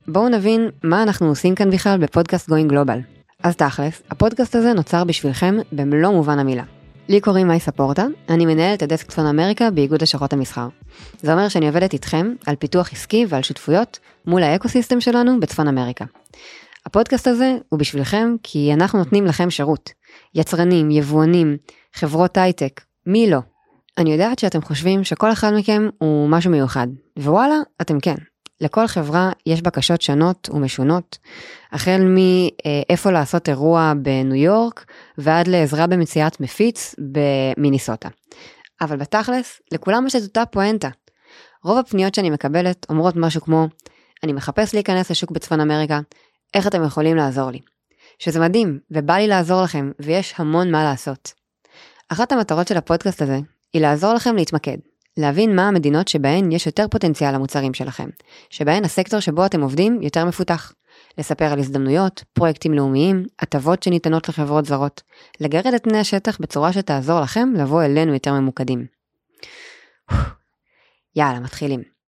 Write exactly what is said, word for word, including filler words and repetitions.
בואו נבין מה אנחנו עושים כאן בכלל בפודקאסט Going Global. אז תכלס, הפודקאסט הזה נוצר בשבילכם במלוא מובן המילה. לי קוראים מאי ספורטה, אני מנהלת הדסק צפון אמריקה באיגוד לשכות המסחר. זה אומר שאני עובדת איתכם על פיתוח עסקי ועל שותפויות מול האקוסיסטם שלנו בצפון אמריקה. הפודקאסט הזה הוא בשבילכם כי אנחנו נותנים לכם שירות. יצרנים, יבואנים, חברות הייטק, מי לא? אני יודעת שאתם חושבים שכל אחד מכם הוא משהו מיוחד, ווואלה, אתם כן. לכל חברה יש בקשות שונות ומשונות, החל מאיפה לעשות אירוע בניו יורק, ועד לעזרה במציאת מפיץ במיניסוטה. אבל בתכלס, לכולם יש את אותה פואנטה. רוב הפניות שאני מקבלת אומרות משהו כמו, אני מחפש להיכנס לשוק בצפון אמריקה, איך אתם יכולים לעזור לי? שזה מדהים, ובא לי לעזור לכם, ויש המון מה לעשות. אחת המטרות של הפודקאסט הזה, היא לעזור לכם להתמקד. להבין מה המדינות שבהן יש יותר פוטנציאל למוצרים שלכם, שבהן הסקטור שבו אתם עובדים יותר מפותח. לספר על הזדמנויות, פרויקטים לאומיים, הטבות שניתנות לחברות זרות, לגרד את פני השטח בצורה שתעזור לכם לבוא אלינו יותר ממוקדים. יאללה, מתחילים.